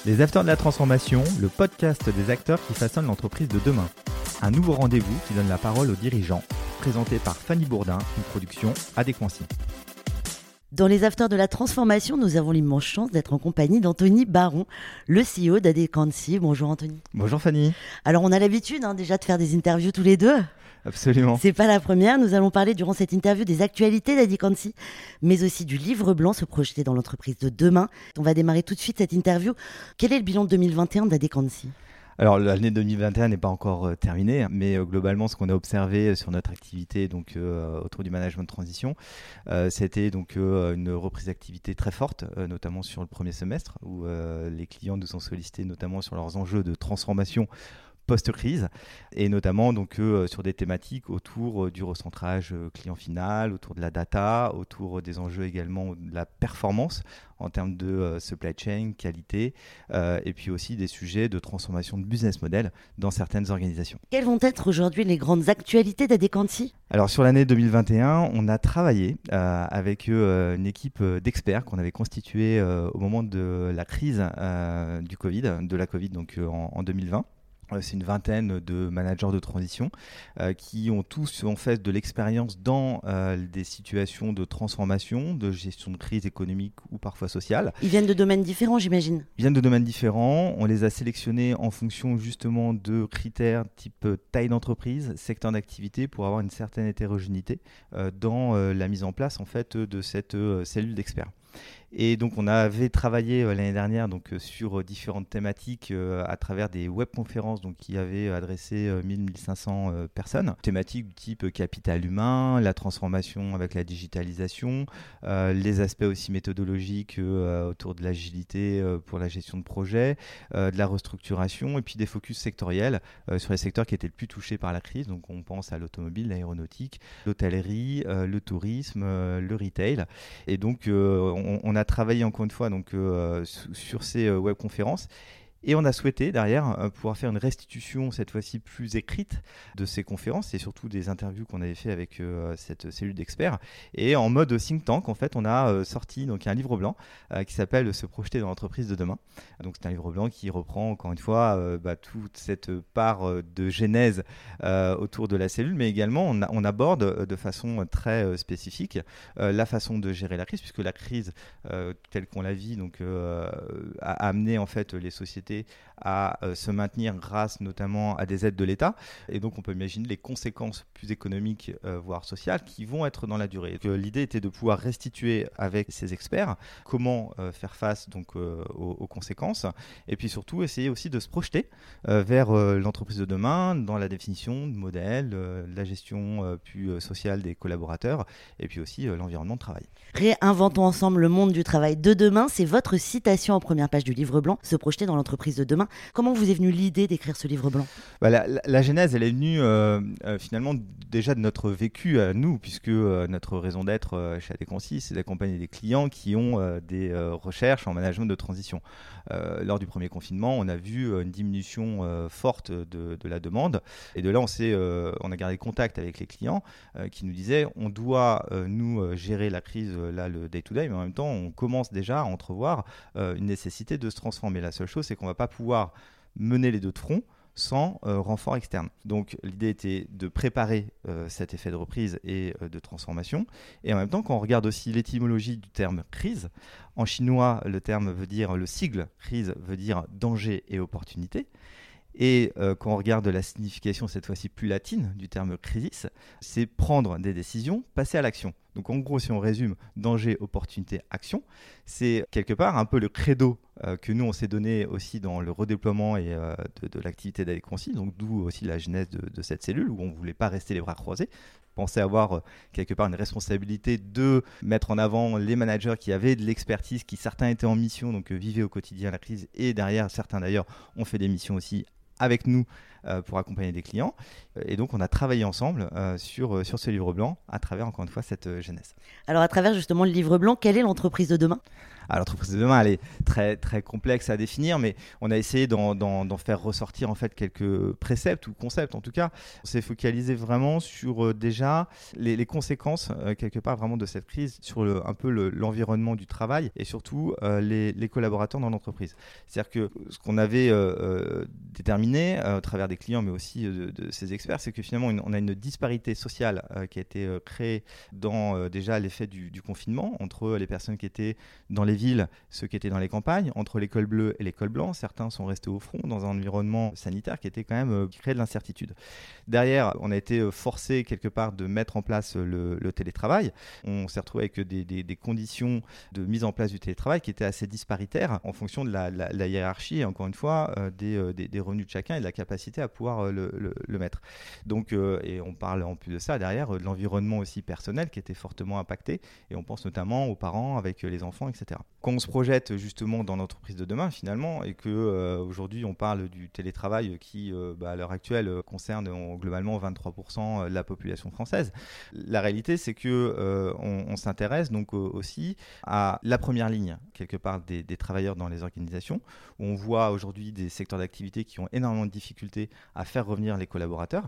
Les Acteurs de la Transformation, le podcast des acteurs qui façonnent l'entreprise de demain. Un nouveau rendez-vous qui donne la parole aux dirigeants, présenté par Fanny Bourdin, une production Adéquancy. Dans les Acteurs de la Transformation, nous avons l'immense chance d'être en compagnie d'Anthony Baron, le CEO d'Adéquancy. Bonjour Anthony. Bonjour Fanny. Alors on a l'habitude déjà de faire des interviews tous les deux. Absolument. C'est pas la première. Nous allons parler durant cette interview des actualités d'Adéquancy, mais aussi du livre blanc Se projeter dans l'entreprise de demain. On va démarrer tout de suite cette interview. Quel est le bilan 2021 d'Adéquancy ? Alors l'année 2021 n'est pas encore terminée, mais globalement ce qu'on a observé sur notre activité autour du management de transition, c'était une reprise d'activité très forte, notamment sur le premier semestre, où les clients nous ont sollicité notamment sur leurs enjeux de transformation post-crise, et notamment sur des thématiques autour du recentrage client final, autour de la data, autour des enjeux également de la performance en termes de supply chain, qualité, et puis aussi des sujets de transformation de business model dans certaines organisations. Quelles vont être aujourd'hui les grandes actualités d'Adéquancy ? Alors sur l'année 2021, on a travaillé avec une équipe d'experts qu'on avait constituée au moment de la crise de la Covid en 2020. C'est une vingtaine de managers de transition qui ont tous en fait de l'expérience dans des situations de transformation, de gestion de crise économique ou parfois sociale. Ils viennent de domaines différents, j'imagine. Ils viennent de domaines différents. On les a sélectionnés en fonction justement de critères type taille d'entreprise, secteur d'activité, pour avoir une certaine hétérogénéité dans la mise en place en fait de cette cellule d'experts. Et donc on avait travaillé l'année dernière sur différentes thématiques à travers des webconférences qui avaient adressé 1000-1500 personnes. Thématiques du type capital humain, la transformation avec la digitalisation, les aspects aussi méthodologiques autour de l'agilité pour la gestion de projet, de la restructuration et puis des focus sectoriels sur les secteurs qui étaient le plus touchés par la crise. Donc on pense à l'automobile, l'aéronautique, l'hôtellerie, le tourisme, le retail. Et donc on a travaillé encore une fois sur ces webconférences. Et on a souhaité derrière pouvoir faire une restitution cette fois-ci plus écrite de ces conférences et surtout des interviews qu'on avait fait avec cette cellule d'experts. Et en mode think tank, en fait, on a sorti un livre blanc qui s'appelle Se projeter dans l'entreprise de demain. Donc c'est un livre blanc qui reprend encore une fois toute cette part de genèse autour de la cellule, mais également on aborde de façon très spécifique la façon de gérer la crise, puisque la crise telle qu'on la vit a amené en fait les sociétés à se maintenir grâce notamment à des aides de l'État. Et donc on peut imaginer les conséquences plus économiques, voire sociales, qui vont être dans la durée. L'idée était de pouvoir restituer avec ces experts comment faire face aux conséquences, et puis surtout essayer aussi de se projeter vers l'entreprise de demain dans la définition de modèles, la gestion plus sociale des collaborateurs, et puis aussi l'environnement de travail. Réinventons ensemble le monde du travail de demain, c'est votre citation en première page du livre blanc, Se projeter dans l'entreprise de demain. Comment vous est venue l'idée d'écrire ce livre blanc ? La genèse, elle est venue finalement déjà de notre vécu à nous, puisque notre raison d'être chez Adéquancy, c'est d'accompagner des clients qui ont des recherches en management de transition. Lors du premier confinement, on a vu une diminution forte de la demande, et de là on a gardé contact avec les clients qui nous disaient on doit nous gérer la crise le day-to-day, mais en même temps on commence déjà à entrevoir une nécessité de se transformer. La seule chose, c'est qu'on ne va pas pouvoir mener les deux de front sans renfort externe. Donc l'idée était de préparer cet effet de reprise et de transformation. Et en même temps, quand on regarde aussi l'étymologie du terme crise, en chinois, le sigle crise veut dire danger et opportunité. Et quand on regarde la signification cette fois-ci plus latine du terme crisis, c'est prendre des décisions, passer à l'action. Donc en gros, si on résume danger, opportunité, action, c'est quelque part un peu le credo que nous on s'est donné aussi dans le redéploiement et de l'activité d'Adéquancy, donc d'où aussi la genèse de cette cellule où on ne voulait pas rester les bras croisés. Pensait avoir quelque part une responsabilité de mettre en avant les managers qui avaient de l'expertise, qui certains étaient en mission, donc vivaient au quotidien la crise, et derrière certains d'ailleurs ont fait des missions aussi avec nous pour accompagner des clients. Et donc, on a travaillé ensemble sur ce livre blanc à travers, encore une fois, cette genèse. Alors, à travers justement le livre blanc, quelle est l'entreprise de demain ? Alors, l'entreprise de demain, elle est très, très complexe à définir, mais on a essayé d'en faire ressortir en fait quelques préceptes ou concepts en tout cas. On s'est focalisé vraiment sur déjà les conséquences quelque part vraiment de cette crise sur un peu l'environnement du travail et surtout les collaborateurs dans l'entreprise. C'est-à-dire que ce qu'on avait déterminé au travers des clients mais aussi de ces experts, c'est que finalement on a une disparité sociale qui a été créée dans déjà l'effet du confinement entre les personnes qui étaient dans les villes, ceux qui étaient dans les campagnes, entre les cols bleus et les cols blancs. Certains sont restés au front dans un environnement sanitaire qui était quand même qui créait de l'incertitude. Derrière, on a été forcé quelque part de mettre en place le télétravail. On s'est retrouvé avec des conditions de mise en place du télétravail qui étaient assez disparitaires en fonction de la hiérarchie, encore une fois, des revenus de chacun et de la capacité à pouvoir le mettre. Donc, et on parle en plus de ça derrière de l'environnement aussi personnel qui était fortement impacté et on pense notamment aux parents avec les enfants, etc. Quand on se projette justement dans l'entreprise de demain finalement et que aujourd'hui on parle du télétravail qui à l'heure actuelle concerne globalement 23% de la population française, la réalité c'est que on s'intéresse donc aussi à la première ligne quelque part des travailleurs dans les organisations où on voit aujourd'hui des secteurs d'activité qui ont énormément de difficultés à faire revenir les collaborateurs.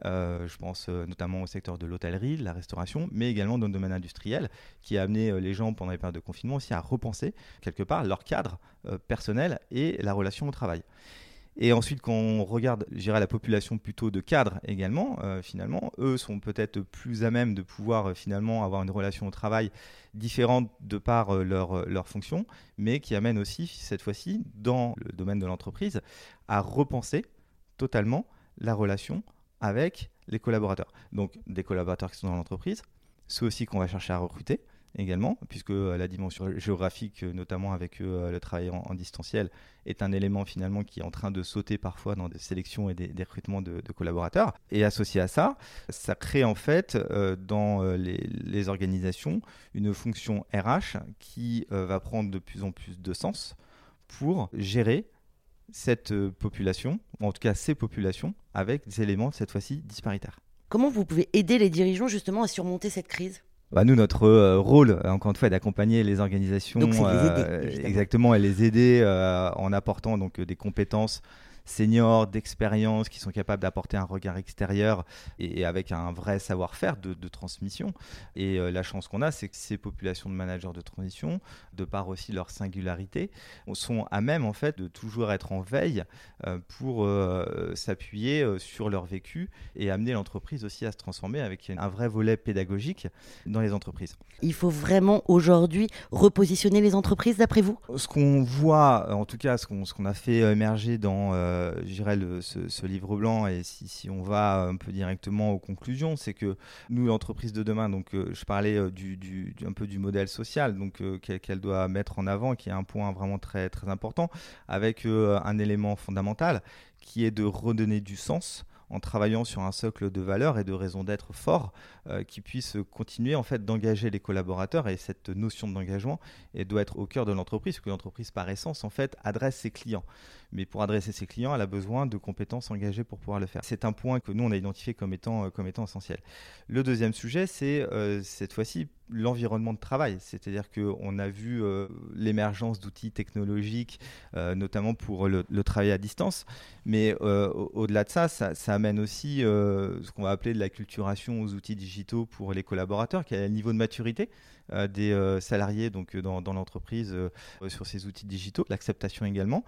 Je pense notamment au secteur de l'hôtellerie, de la restauration, mais également dans le domaine industriel, qui a amené les gens pendant les périodes de confinement aussi à repenser quelque part leur cadre personnel et la relation au travail. Et ensuite, quand on regarde, je dirais, la population plutôt de cadres également, finalement, eux sont peut-être plus à même de pouvoir finalement avoir une relation au travail différente de par leur fonction, mais qui amène aussi, cette fois-ci, dans le domaine de l'entreprise, à repenser totalement la relation avec les collaborateurs. Donc, des collaborateurs qui sont dans l'entreprise, ceux aussi qu'on va chercher à recruter également, puisque la dimension géographique, notamment avec le travail en distanciel, est un élément finalement qui est en train de sauter parfois dans des sélections et des recrutements de collaborateurs. Et associé à ça, ça crée en fait dans les organisations une fonction RH qui va prendre de plus en plus de sens pour gérer cette population, ou en tout cas ces populations, avec des éléments cette fois-ci disparitaires. Comment vous pouvez aider les dirigeants justement à surmonter cette crise ? Nous, notre rôle, encore une fois, est d'accompagner les organisations, donc c'est les aider, exactement, et les aider en apportant donc des compétences seniors, d'expérience, qui sont capables d'apporter un regard extérieur et avec un vrai savoir-faire de transmission. Et la chance qu'on a, c'est que ces populations de managers de transition, de par aussi leur singularité, sont à même en fait de toujours être en veille pour s'appuyer sur leur vécu et amener l'entreprise aussi à se transformer avec un vrai volet pédagogique dans les entreprises. Il faut vraiment aujourd'hui repositionner les entreprises d'après vous ? Ce qu'on voit, en tout cas ce qu'on a fait émerger dans je dirais ce livre blanc, et si on va un peu directement aux conclusions, c'est que nous, l'entreprise de demain, donc je parlais un peu du modèle social donc qu'elle doit mettre en avant, qui est un point vraiment très, très important, avec un élément fondamental qui est de redonner du sens en travaillant sur un socle de valeurs et de raisons d'être fort qui puisse continuer en fait d'engager les collaborateurs. Et cette notion d'engagement doit être au cœur de l'entreprise, parce que l'entreprise par essence en fait adresse ses clients. Mais pour adresser ses clients, elle a besoin de compétences engagées pour pouvoir le faire. C'est un point que nous on a identifié comme étant essentiel. Le deuxième sujet, c'est cette fois-ci l'environnement de travail, c'est-à-dire qu'on a vu l'émergence d'outils technologiques, notamment pour le travail à distance, mais au-delà de ça amène aussi ce qu'on va appeler de la culturation aux outils digitaux pour les collaborateurs, qui a un niveau de maturité des salariés donc, dans l'entreprise sur ces outils digitaux, l'acceptation également.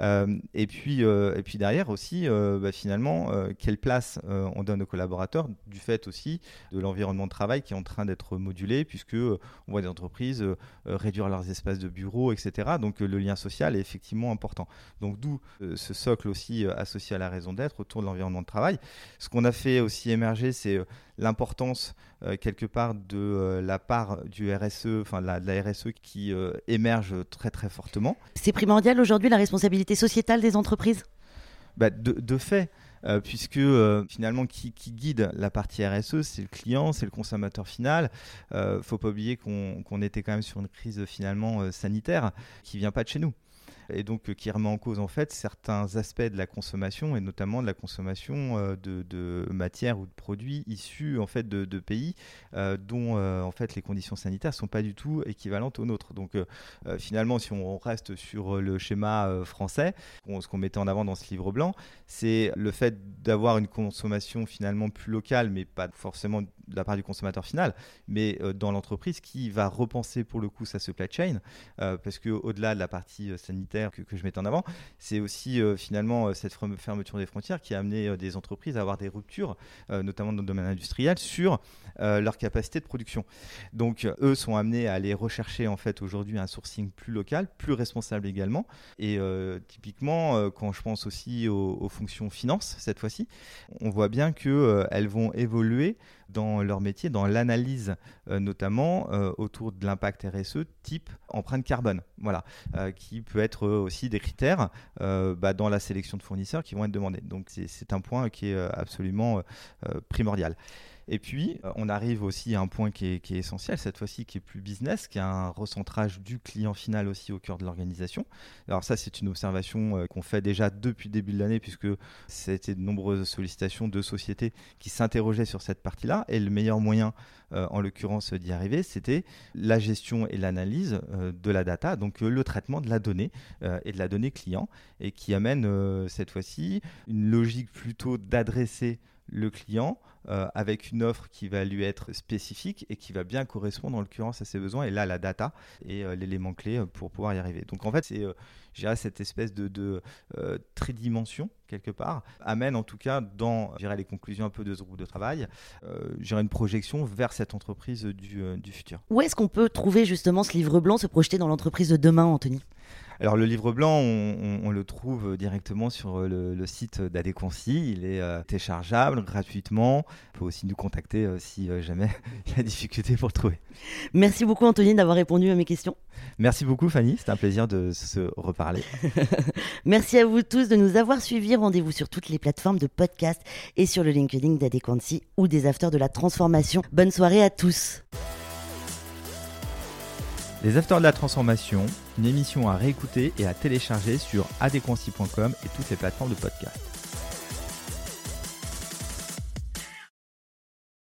Et puis derrière aussi, finalement, quelle place on donne aux collaborateurs du fait aussi de l'environnement de travail qui est en train d'être modulé, puisque on voit des entreprises réduire leurs espaces de bureau, etc. Donc le lien social est effectivement important. Donc d'où ce socle aussi associé à la raison d'être autour de l'environnement de travail. Ce qu'on a fait aussi émerger, c'est l'importance quelque part de la part du RSE, enfin de la RSE qui émerge très très fortement. C'est primordial aujourd'hui la responsabilité sociétale des entreprises ? De fait, puisque finalement qui guide la partie RSE, c'est le client, c'est le consommateur final. Faut pas oublier qu'on était quand même sur une crise finalement sanitaire qui vient pas de chez nous. et donc qui remet en cause en fait certains aspects de la consommation et notamment de la consommation de matières ou de produits issus en fait de pays dont en fait les conditions sanitaires sont pas du tout équivalentes aux nôtres. Donc finalement, si on reste sur le schéma français, ce qu'on mettait en avant dans ce livre blanc, c'est le fait d'avoir une consommation finalement plus locale, mais pas forcément de la part du consommateur final, mais dans l'entreprise qui va repenser pour le coup sa supply chain, parce qu'au-delà de la partie sanitaire que je mettais en avant, c'est aussi finalement cette fermeture des frontières qui a amené des entreprises à avoir des ruptures, notamment dans le domaine industriel, sur leur capacité de production. Donc eux sont amenés à aller rechercher en fait aujourd'hui un sourcing plus local, plus responsable également. Et typiquement, quand je pense aussi aux fonctions finance cette fois-ci, on voit bien qu'elles vont évoluer dans leur métier, dans l'analyse notamment autour de l'impact RSE type empreinte carbone, voilà, qui peut être aussi des critères dans la sélection de fournisseurs qui vont être demandés. Donc c'est un point qui est absolument primordial. Et puis, on arrive aussi à un point qui est essentiel, cette fois-ci, qui est plus business, qui est un recentrage du client final aussi au cœur de l'organisation. Alors ça, c'est une observation qu'on fait déjà depuis le début de l'année, puisque c'était de nombreuses sollicitations de sociétés qui s'interrogeaient sur cette partie-là. Et le meilleur moyen, en l'occurrence, d'y arriver, c'était la gestion et l'analyse de la data, donc le traitement de la donnée et de la donnée client, et qui amène cette fois-ci une logique plutôt d'adresser le client avec une offre qui va lui être spécifique et qui va bien correspondre en l'occurrence à ses besoins. Et là, la data est l'élément clé pour pouvoir y arriver. Donc en fait, c'est je dirais, cette espèce de tridimension quelque part amène en tout cas dans les conclusions un peu de ce groupe de travail une projection vers cette entreprise du futur. Où est-ce qu'on peut trouver justement ce livre blanc se projeter dans l'entreprise de demain, Anthony ? Alors le livre blanc, on le trouve directement sur le site d'Adéquancy. Il est téléchargeable gratuitement. On peut aussi nous contacter si jamais il y a difficulté pour le trouver. Merci beaucoup Anthony d'avoir répondu à mes questions. Merci beaucoup Fanny, c'était un plaisir de se reparler. Merci à vous tous de nous avoir suivis. Rendez-vous sur toutes les plateformes de podcast et sur le LinkedIn d'Adéquancy ou des Afters de la Transformation. Bonne soirée à tous. Les Afters de la Transformation, une émission à réécouter et à télécharger sur adéquancy.com et toutes les plateformes de podcast.